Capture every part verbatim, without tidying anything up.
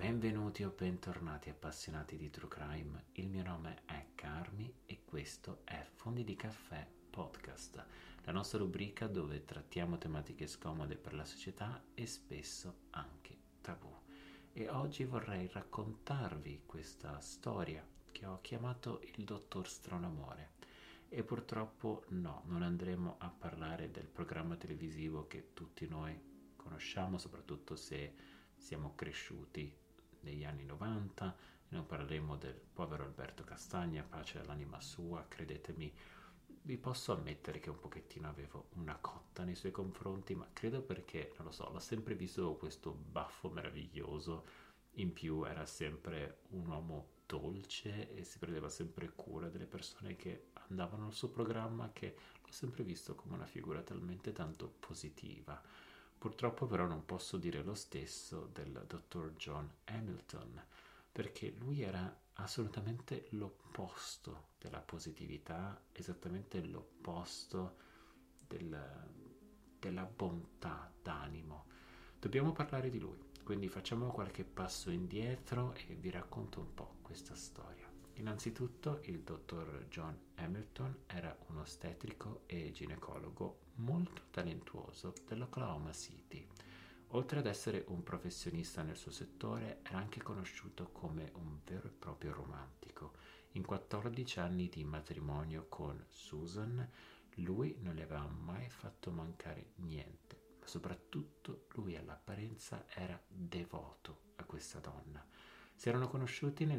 Benvenuti o bentornati appassionati di True Crime, il mio nome è Carmi e questo è Fondi di Caffè Podcast, la nostra rubrica dove trattiamo tematiche scomode per la società e spesso anche tabù. E oggi vorrei raccontarvi questa storia che ho chiamato il Dottor Stranamore. E purtroppo no, non andremo a parlare del programma televisivo che tutti noi conosciamo, soprattutto se siamo cresciuti negli anni novanta, non parleremo del povero Alberto Castagna, pace all'anima sua, credetemi, vi posso ammettere che un pochettino avevo una cotta nei suoi confronti, ma credo perché, non lo so, l'ho sempre visto questo baffo meraviglioso, in più era sempre un uomo dolce e si prendeva sempre cura delle persone che andavano al suo programma, che l'ho sempre visto come una figura talmente tanto positiva. Purtroppo però non posso dire lo stesso del dottor John Hamilton, perché lui era assolutamente l'opposto della positività, esattamente l'opposto del, della bontà d'animo. Dobbiamo parlare di lui, quindi facciamo qualche passo indietro e vi racconto un po' questa storia. Innanzitutto il dottor John Hamilton era un ostetrico e ginecologo molto talentuoso dell'Oklahoma City. Oltre ad essere un professionista nel suo settore, era anche conosciuto come un vero e proprio romantico. In quattordici anni di matrimonio con Susan, lui non le aveva mai fatto mancare niente, ma soprattutto lui all'apparenza era devoto a questa donna. Si erano conosciuti nel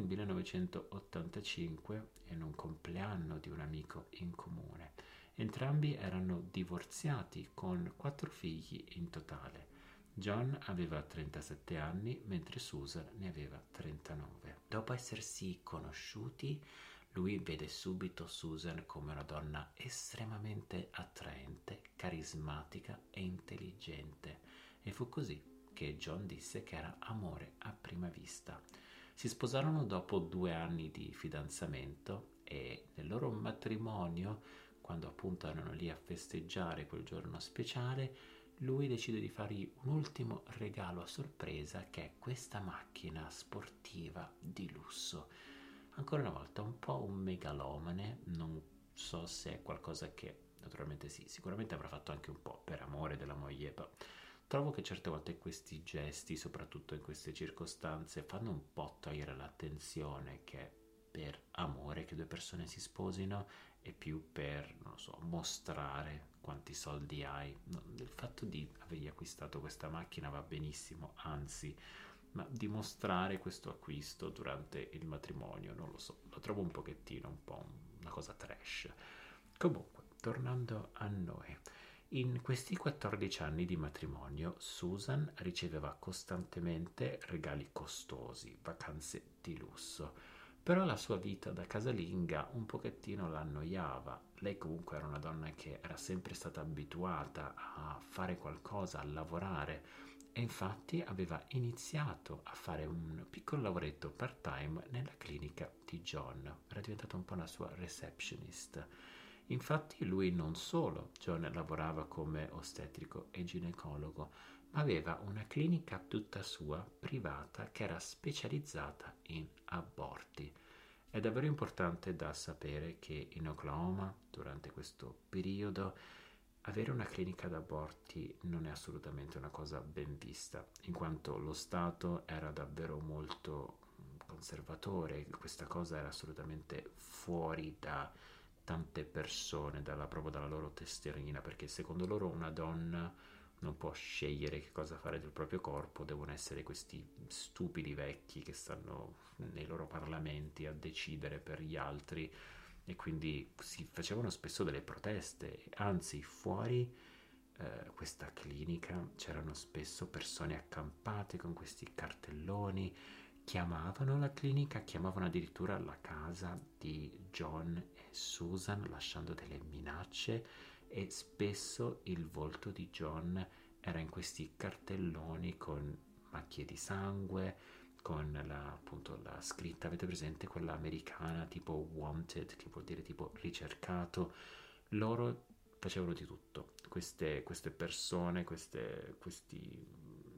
millenovecentottantacinque in un compleanno di un amico in comune. Entrambi erano divorziati con quattro figli in totale. John aveva trentasette anni mentre Susan ne aveva trentanove. Dopo essersi conosciuti, lui vede subito Susan come una donna estremamente attraente, carismatica e intelligente. E fu così che John disse che era amore a prima vista. Si sposarono dopo due anni di fidanzamento e nel loro matrimonio, quando appunto erano lì a festeggiare quel giorno speciale, lui decide di fargli un ultimo regalo a sorpresa, che è questa macchina sportiva di lusso. Ancora una volta un po' un megalomane, non so se è qualcosa che, naturalmente sì, sicuramente avrà fatto anche un po' per amore della moglie, però trovo che certe volte questi gesti, soprattutto in queste circostanze, fanno un po' togliere l'attenzione che è per amore che due persone si sposino e più per, non lo so, mostrare quanti soldi hai. No, il fatto di avergli acquistato questa macchina va benissimo, anzi, ma dimostrare questo acquisto durante il matrimonio, non lo so, lo trovo un pochettino, un po' una cosa trash. Comunque, tornando a noi. In questi quattordici anni di matrimonio, Susan riceveva costantemente regali costosi, vacanze di lusso, però la sua vita da casalinga un pochettino la annoiava. Lei comunque era una donna che era sempre stata abituata a fare qualcosa, a lavorare, e infatti aveva iniziato a fare un piccolo lavoretto part-time nella clinica di John. Era diventata un po' una sua receptionist. Infatti lui non solo, John, lavorava come ostetrico e ginecologo, ma aveva una clinica tutta sua, privata, che era specializzata in aborti. È davvero importante da sapere che in Oklahoma, durante questo periodo, avere una clinica d'aborti non è assolutamente una cosa ben vista, in quanto lo Stato era davvero molto conservatore, questa cosa era assolutamente fuori da tante persone, dalla, proprio dalla loro tesserina, perché secondo loro una donna non può scegliere che cosa fare del proprio corpo, devono essere questi stupidi vecchi che stanno nei loro parlamenti a decidere per gli altri, e quindi si facevano spesso delle proteste, anzi fuori eh, questa clinica c'erano spesso persone accampate con questi cartelloni, chiamavano la clinica, chiamavano addirittura la casa di John e Susan lasciando delle minacce, e spesso il volto di John era in questi cartelloni con macchie di sangue, con la, appunto, la scritta, avete presente quella americana tipo wanted, che vuol dire tipo ricercato. Loro facevano di tutto, queste, queste persone, queste, questi queste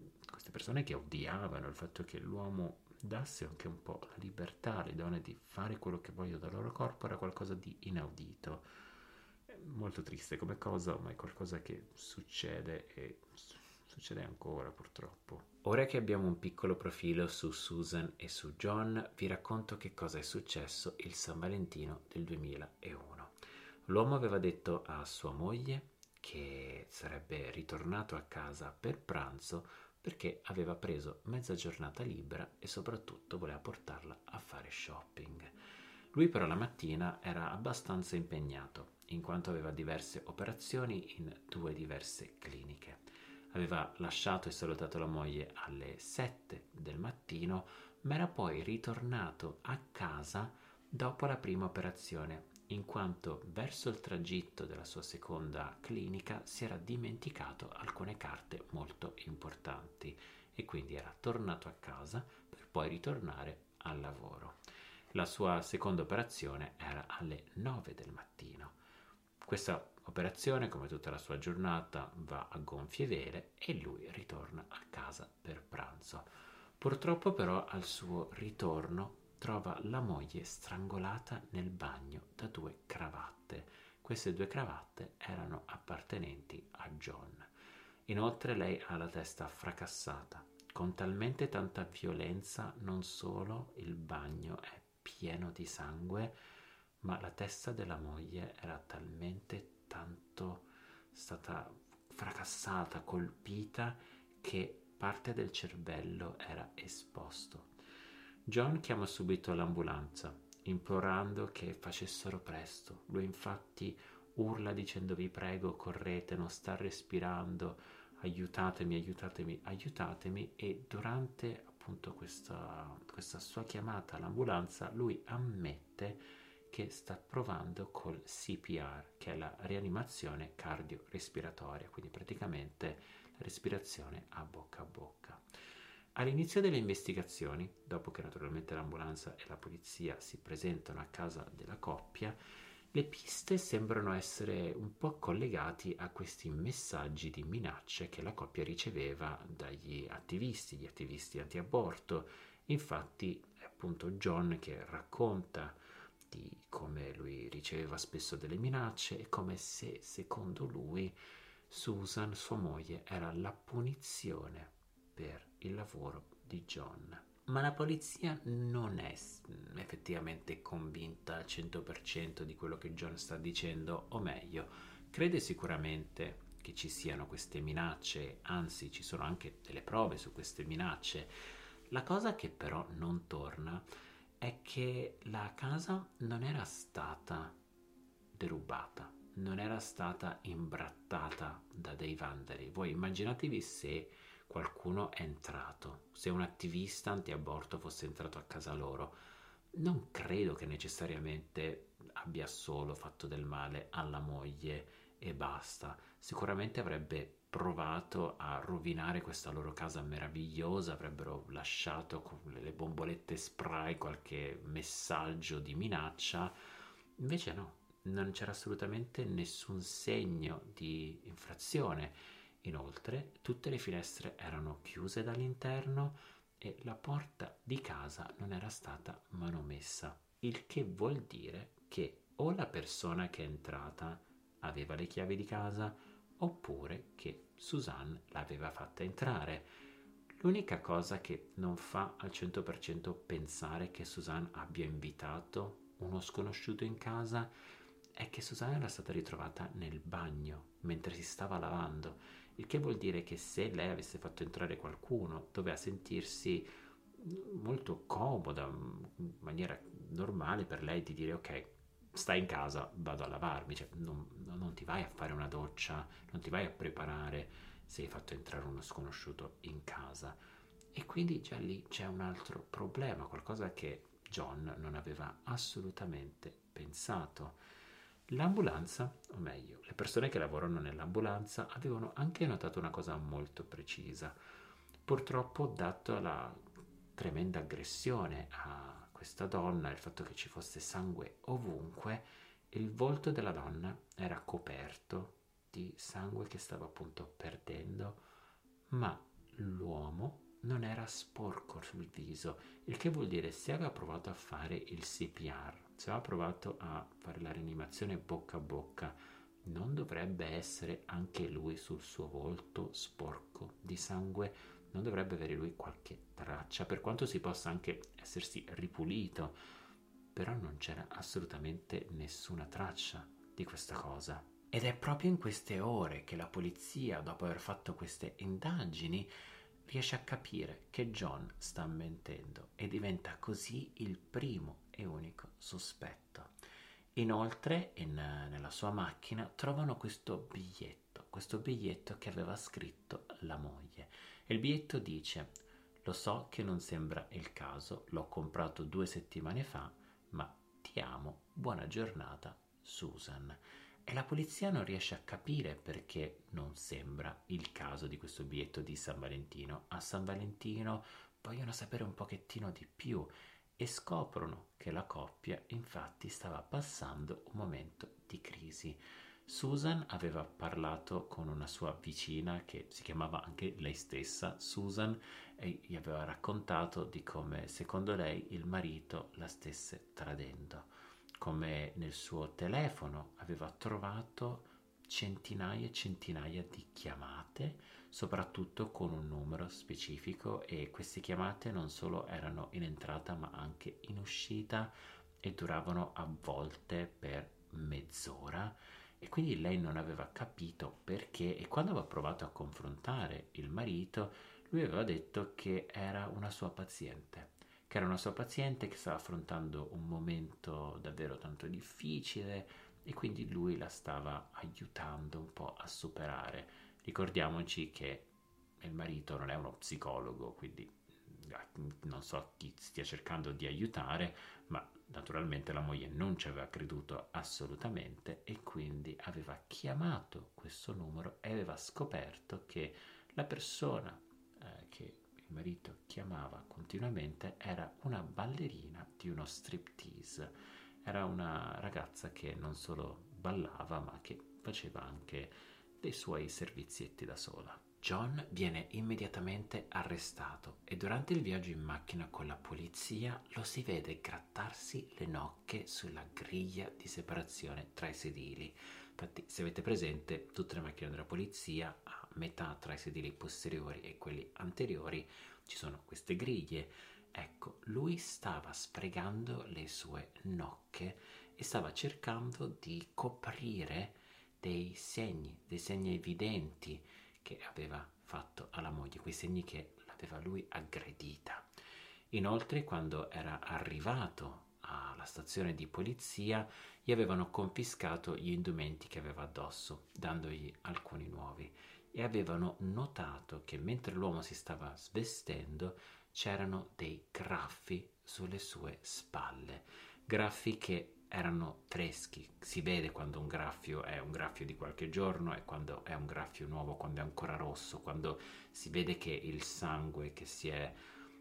queste persone che odiavano il fatto che l'uomo dasse anche un po' la libertà alle donne di fare quello che vogliono dal loro corpo era qualcosa di inaudito. È molto triste come cosa, ma è qualcosa che succede e succede ancora purtroppo. Ora che abbiamo un piccolo profilo su Susan e su John, vi racconto che cosa è successo il San Valentino del duemilauno. L'uomo aveva detto a sua moglie che sarebbe ritornato a casa per pranzo perché aveva preso mezza giornata libera e soprattutto voleva portarla a fare shopping. Lui però la mattina era abbastanza impegnato, in quanto aveva diverse operazioni in due diverse cliniche. Aveva lasciato e salutato la moglie alle sette del mattino, ma era poi ritornato a casa dopo la prima operazione, in quanto verso il tragitto della sua seconda clinica si era dimenticato alcune carte molto importanti e quindi era tornato a casa per poi ritornare al lavoro. La sua seconda operazione era alle nove del mattino. Questa operazione, come tutta la sua giornata, va a gonfie vele e lui ritorna a casa per pranzo. Purtroppo però al suo ritorno trova la moglie strangolata nel bagno da due cravatte. Queste due cravatte erano appartenenti a John. Inoltre lei ha la testa fracassata, con talmente tanta violenza non solo il bagno è pieno di sangue, ma la testa della moglie era talmente tanto stata fracassata, colpita, che parte del cervello era esposto. John chiama subito l'ambulanza, implorando che facessero presto. Lui infatti urla dicendo: vi prego, correte, non sta respirando, aiutatemi, aiutatemi, aiutatemi. E durante appunto questa, questa sua chiamata all'ambulanza lui ammette che sta provando col C P R, che è la rianimazione cardiorespiratoria, quindi praticamente la respirazione a bocca a bocca. All'inizio delle investigazioni, dopo che naturalmente l'ambulanza e la polizia si presentano a casa della coppia, le piste sembrano essere un po' collegati a questi messaggi di minacce che la coppia riceveva dagli attivisti, gli attivisti anti-aborto. Infatti è appunto John che racconta di come lui riceveva spesso delle minacce e come se, secondo lui, Susan, sua moglie, era la punizione per il lavoro di John. Ma la polizia non è effettivamente convinta al cento per cento di quello che John sta dicendo, o meglio, crede sicuramente che ci siano queste minacce, anzi ci sono anche delle prove su queste minacce. La cosa che però non torna è che la casa non era stata derubata, non era stata imbrattata da dei vandali. Voi immaginatevi se qualcuno è entrato, se un attivista anti-aborto fosse entrato a casa loro. Non credo che necessariamente abbia solo fatto del male alla moglie e basta. Sicuramente avrebbe provato a rovinare questa loro casa meravigliosa, avrebbero lasciato con le bombolette spray qualche messaggio di minaccia. Invece no, non c'era assolutamente nessun segno di infrazione. Inoltre tutte le finestre erano chiuse dall'interno e la porta di casa non era stata manomessa, il che vuol dire che o la persona che è entrata aveva le chiavi di casa oppure che Suzanne l'aveva fatta entrare. L'unica cosa che non fa al cento per cento pensare che Suzanne abbia invitato uno sconosciuto in casa è che Suzanne era stata ritrovata nel bagno mentre si stava lavando, il che vuol dire che se lei avesse fatto entrare qualcuno doveva sentirsi molto comoda, in maniera normale per lei di dire: ok, stai in casa, vado a lavarmi, cioè, non, non ti vai a fare una doccia, non ti vai a preparare se hai fatto entrare uno sconosciuto in casa. E quindi già lì c'è un altro problema, qualcosa che John non aveva assolutamente pensato. L'ambulanza, o meglio, le persone che lavorano nell'ambulanza avevano anche notato una cosa molto precisa. Purtroppo, dato la tremenda aggressione a questa donna, il fatto che ci fosse sangue ovunque, il volto della donna era coperto di sangue che stava appunto perdendo, ma l'uomo non era sporco sul viso, il che vuol dire se aveva provato a fare il C P R, se aveva provato a fare la rianimazione bocca a bocca, non dovrebbe essere anche lui sul suo volto sporco di sangue, non dovrebbe avere lui qualche traccia, per quanto si possa anche essersi ripulito, però non c'era assolutamente nessuna traccia di questa cosa. Ed è proprio in queste ore che la polizia, dopo aver fatto queste indagini, riesce a capire che John sta mentendo e diventa così il primo e unico sospetto. Inoltre, in, nella sua macchina trovano questo biglietto, questo biglietto che aveva scritto la moglie. E il biglietto dice: lo so che non sembra il caso, l'ho comprato due settimane fa, ma ti amo, buona giornata, Susan. E la polizia non riesce a capire perché non sembra il caso di questo biglietto di San Valentino. A San Valentino vogliono sapere un pochettino di più e scoprono che la coppia infatti stava passando un momento di crisi. Susan aveva parlato con una sua vicina che si chiamava anche lei stessa Susan e gli aveva raccontato di come secondo lei il marito la stesse tradendo, come nel suo telefono aveva trovato centinaia e centinaia di chiamate, soprattutto con un numero specifico, e queste chiamate non solo erano in entrata ma anche in uscita e duravano a volte per mezz'ora, e quindi lei non aveva capito perché, e quando aveva provato a confrontare il marito, lui aveva detto che era una sua paziente, che era una sua paziente che stava affrontando un momento davvero tanto difficile e quindi lui la stava aiutando un po' a superare. Ricordiamoci che il marito non è uno psicologo, quindi non so chi stia cercando di aiutare, ma naturalmente la moglie non ci aveva creduto assolutamente e quindi aveva chiamato questo numero e aveva scoperto che la persona eh, che il marito chiamava continuamente era una ballerina di uno striptease. Era una ragazza che non solo ballava ma che faceva anche dei suoi servizietti da sola. John viene immediatamente arrestato e durante il viaggio in macchina con la polizia lo si vede grattarsi le nocche sulla griglia di separazione tra i sedili. Infatti, se avete presente, tutte le macchine della polizia, a metà tra i sedili posteriori e quelli anteriori, ci sono queste griglie. Ecco, lui stava sfregando le sue nocche e stava cercando di coprire dei segni, dei segni evidenti che aveva fatto alla moglie, quei segni che l'aveva lui aggredita. Inoltre, quando era arrivato alla stazione di polizia, gli avevano confiscato gli indumenti che aveva addosso, dandogli alcuni nuovi, e avevano notato che mentre l'uomo si stava svestendo c'erano dei graffi sulle sue spalle, graffi che erano freschi. Si vede quando un graffio è un graffio di qualche giorno e quando è un graffio nuovo, quando è ancora rosso, quando si vede che il sangue che si è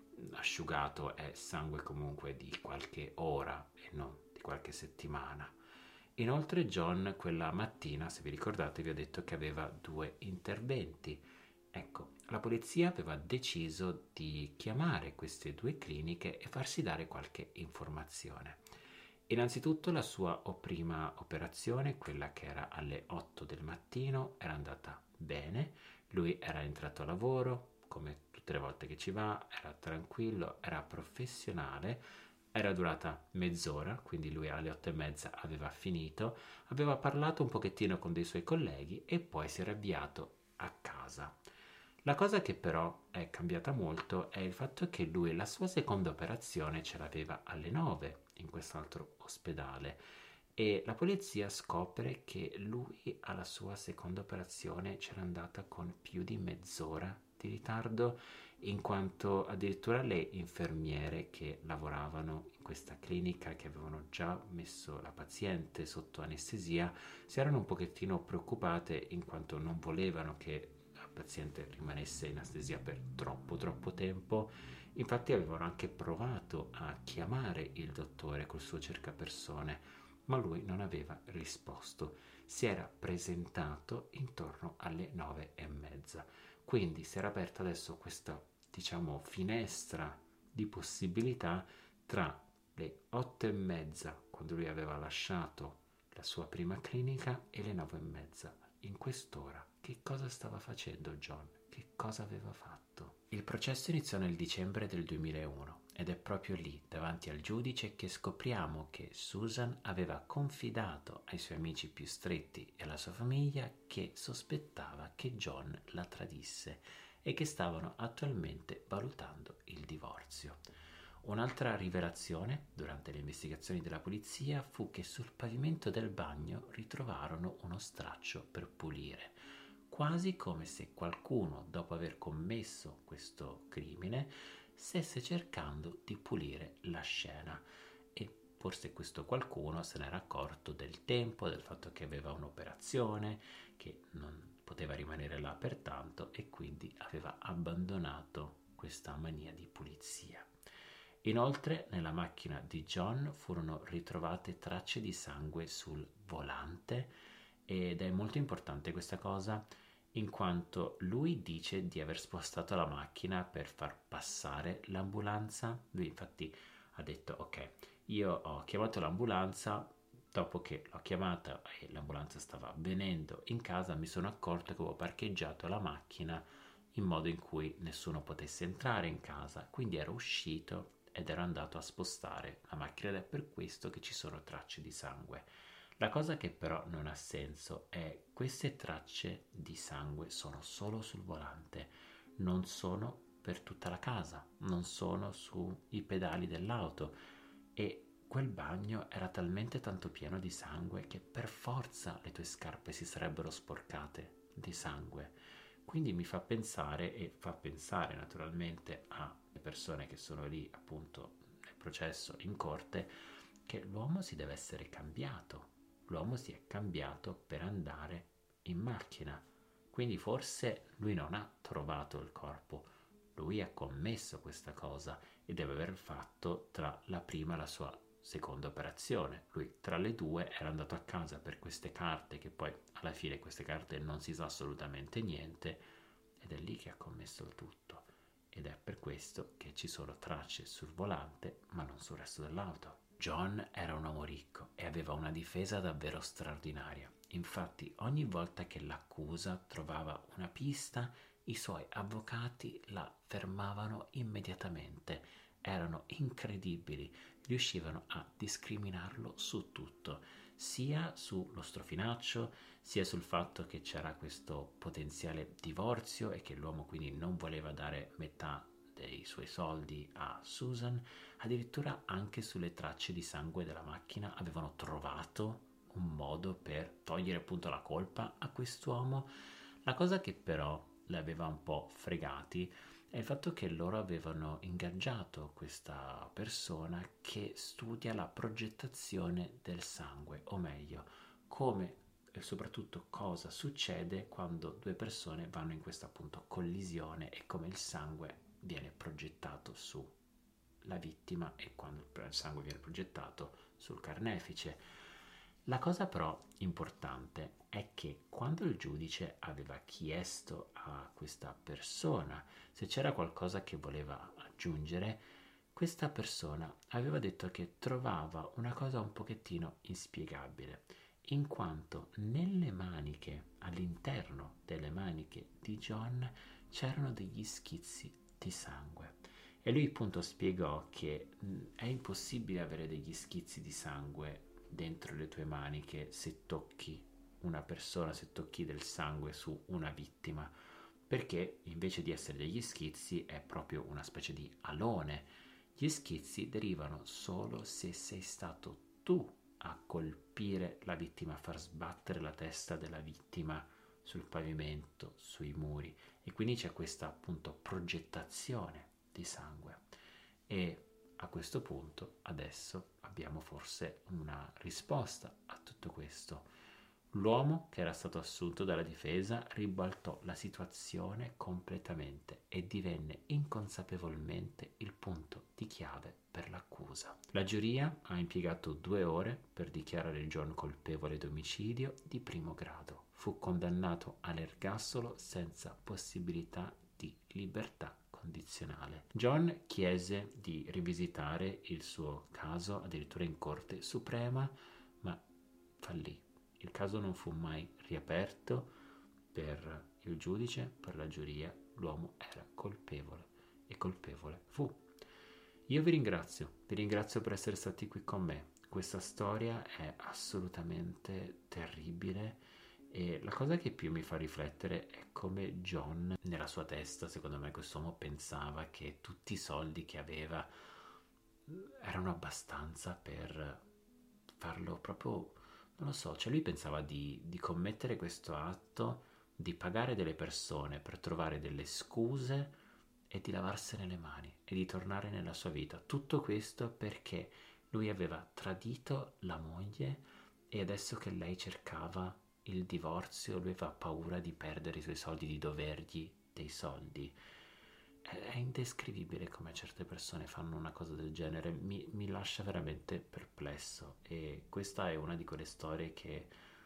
asciugato è sangue comunque di qualche ora e non di qualche settimana. Inoltre John quella mattina, se vi ricordate, vi ho detto che aveva due interventi. Ecco, la polizia aveva deciso di chiamare queste due cliniche e farsi dare qualche informazione. Innanzitutto la sua prima operazione, quella che era alle otto del mattino, era andata bene, lui era entrato a lavoro, come tutte le volte che ci va, era tranquillo, era professionale, era durata mezz'ora, quindi lui alle otto e mezza aveva finito, aveva parlato un pochettino con dei suoi colleghi e poi si era avviato a casa. La cosa che però è cambiata molto è il fatto che lui la sua seconda operazione ce l'aveva alle nove in quest'altro ospedale e la polizia scopre che lui alla sua seconda operazione c'era andata con più di mezz'ora di ritardo, in quanto addirittura le infermiere che lavoravano in questa clinica, che avevano già messo la paziente sotto anestesia, si erano un pochettino preoccupate in quanto non volevano che la paziente rimanesse in anestesia per troppo troppo tempo. Infatti avevano anche provato a chiamare il dottore col suo cercapersone, ma lui non aveva risposto. Si era presentato intorno alle nove e mezza. Quindi si era aperta adesso questa, diciamo, finestra di possibilità tra le otto e mezza, quando lui aveva lasciato la sua prima clinica, e le nove e mezza. In quest'ora, che cosa stava facendo John? Che cosa aveva fatto? Il processo iniziò nel dicembre del duemilauno ed è proprio lì, davanti al giudice, che scopriamo che Susan aveva confidato ai suoi amici più stretti e alla sua famiglia che sospettava che John la tradisse e che stavano attualmente valutando il divorzio. Un'altra rivelazione durante le investigazioni della polizia fu che sul pavimento del bagno ritrovarono uno straccio per pulire, quasi come se qualcuno, dopo aver commesso questo crimine, stesse cercando di pulire la scena, e forse questo qualcuno se n'era accorto del tempo, del fatto che aveva un'operazione, che non poteva rimanere là per tanto, e quindi aveva abbandonato questa mania di pulizia. Inoltre, nella macchina di John furono ritrovate tracce di sangue sul volante, ed è molto importante questa cosa in quanto lui dice di aver spostato la macchina per far passare l'ambulanza. Lui infatti ha detto: ok, io ho chiamato l'ambulanza, dopo che l'ho chiamata e l'ambulanza stava venendo in casa, mi sono accorto che avevo parcheggiato la macchina in modo in cui nessuno potesse entrare in casa, quindi ero uscito ed ero andato a spostare la macchina, ed è per questo che ci sono tracce di sangue. La cosa che però non ha senso è queste tracce di sangue sono solo sul volante, non sono per tutta la casa, non sono sui pedali dell'auto, e quel bagno era talmente tanto pieno di sangue che per forza le tue scarpe si sarebbero sporcate di sangue. Quindi mi fa pensare, e fa pensare naturalmente alle persone che sono lì appunto nel processo in corte, che l'uomo si deve essere cambiato. L'uomo si è cambiato per andare in macchina, quindi forse lui non ha trovato il corpo, lui ha commesso questa cosa e deve aver fatto tra la prima e la sua seconda operazione. Lui tra le due era andato a casa per queste carte, che poi alla fine queste carte non si sa assolutamente niente, ed è lì che ha commesso il tutto, ed è per questo che ci sono tracce sul volante ma non sul resto dell'auto. John era un uomo ricco e aveva una difesa davvero straordinaria. Infatti, ogni volta che l'accusa trovava una pista, i suoi avvocati la fermavano immediatamente. Erano incredibili, riuscivano a discriminarlo su tutto, sia sullo strofinaccio, sia sul fatto che c'era questo potenziale divorzio e che l'uomo quindi non voleva dare metà dei suoi soldi a Susan. Addirittura anche sulle tracce di sangue della macchina avevano trovato un modo per togliere appunto la colpa a quest'uomo. La cosa che però le aveva un po' fregati è il fatto che loro avevano ingaggiato questa persona che studia la progettazione del sangue, o meglio, come e soprattutto cosa succede quando due persone vanno in questa appunto collisione e come il sangue viene progettato su la vittima e quando il sangue viene progettato sul carnefice. La cosa però importante è che quando il giudice aveva chiesto a questa persona se c'era qualcosa che voleva aggiungere, questa persona aveva detto che trovava una cosa un pochettino inspiegabile, in quanto nelle maniche, all'interno delle maniche di John, c'erano degli schizzi di sangue. E lui appunto spiegò che mh, è impossibile avere degli schizzi di sangue dentro le tue maniche se tocchi una persona, se tocchi del sangue su una vittima, perché invece di essere degli schizzi è proprio una specie di alone. Gli schizzi derivano solo se sei stato tu a colpire la vittima, a far sbattere la testa della vittima sul pavimento, sui muri, e quindi c'è questa appunto progettazione di sangue. E a questo punto adesso abbiamo forse una risposta a tutto questo. L'uomo che era stato assunto dalla difesa ribaltò la situazione completamente e divenne inconsapevolmente il punto di chiave per l'accusa. La giuria ha impiegato due ore per dichiarare John colpevole di omicidio di primo grado. Fu condannato all'ergastolo senza possibilità di libertà condizionale. John chiese di rivisitare il suo caso addirittura in Corte Suprema, ma fallì. Il caso non fu mai riaperto per il giudice, per la giuria. L'uomo era colpevole e colpevole fu. Io vi ringrazio, vi ringrazio per essere stati qui con me. Questa storia è assolutamente terribile e la cosa che più mi fa riflettere è come John, nella sua testa, secondo me, quest'uomo pensava che tutti i soldi che aveva erano abbastanza per farlo proprio, non lo so, cioè lui pensava di, di commettere questo atto, di pagare delle persone per trovare delle scuse e di lavarsene le mani e di tornare nella sua vita. Tutto questo perché lui aveva tradito la moglie e adesso che lei cercava il divorzio, lui aveva paura di perdere i suoi soldi, di dovergli dei soldi. È indescrivibile come certe persone fanno una cosa del genere, mi, mi lascia veramente perplesso e questa è una di quelle storie che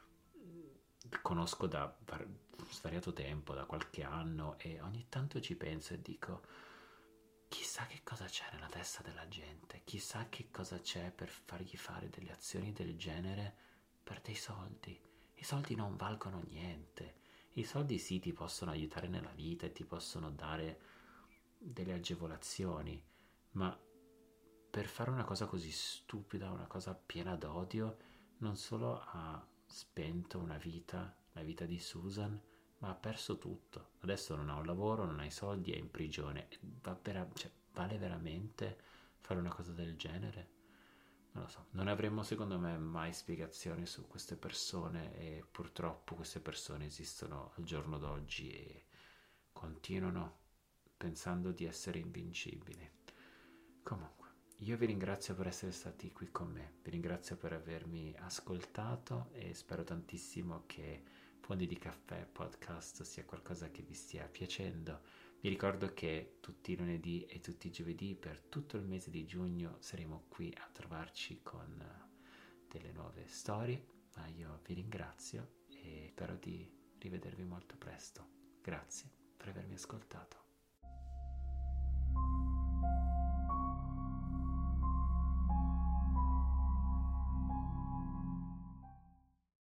conosco da svariato tempo, da qualche anno e ogni tanto ci penso e dico chissà che cosa c'è nella testa della gente, chissà che cosa c'è per fargli fare delle azioni del genere per dei soldi. I soldi non valgono niente, i soldi sì ti possono aiutare nella vita e ti possono dare delle agevolazioni, ma per fare una cosa così stupida, una cosa piena d'odio, non solo ha spento una vita, la vita di Susan, ma ha perso tutto. Adesso non ha un lavoro, non ha i soldi, è in prigione. Va vera- cioè, vale veramente fare una cosa del genere? Non lo so. Non avremo secondo me mai spiegazioni su queste persone e purtroppo queste persone esistono al giorno d'oggi e continuano pensando di essere invincibili. Comunque, io vi ringrazio per essere stati qui con me, vi ringrazio per avermi ascoltato e spero tantissimo che Fondi di Caffè Podcast sia qualcosa che vi stia piacendo. Vi ricordo che tutti i lunedì e tutti i giovedì per tutto il mese di giugno saremo qui a trovarci con delle nuove storie, ma io vi ringrazio e spero di rivedervi molto presto. Grazie per avermi ascoltato.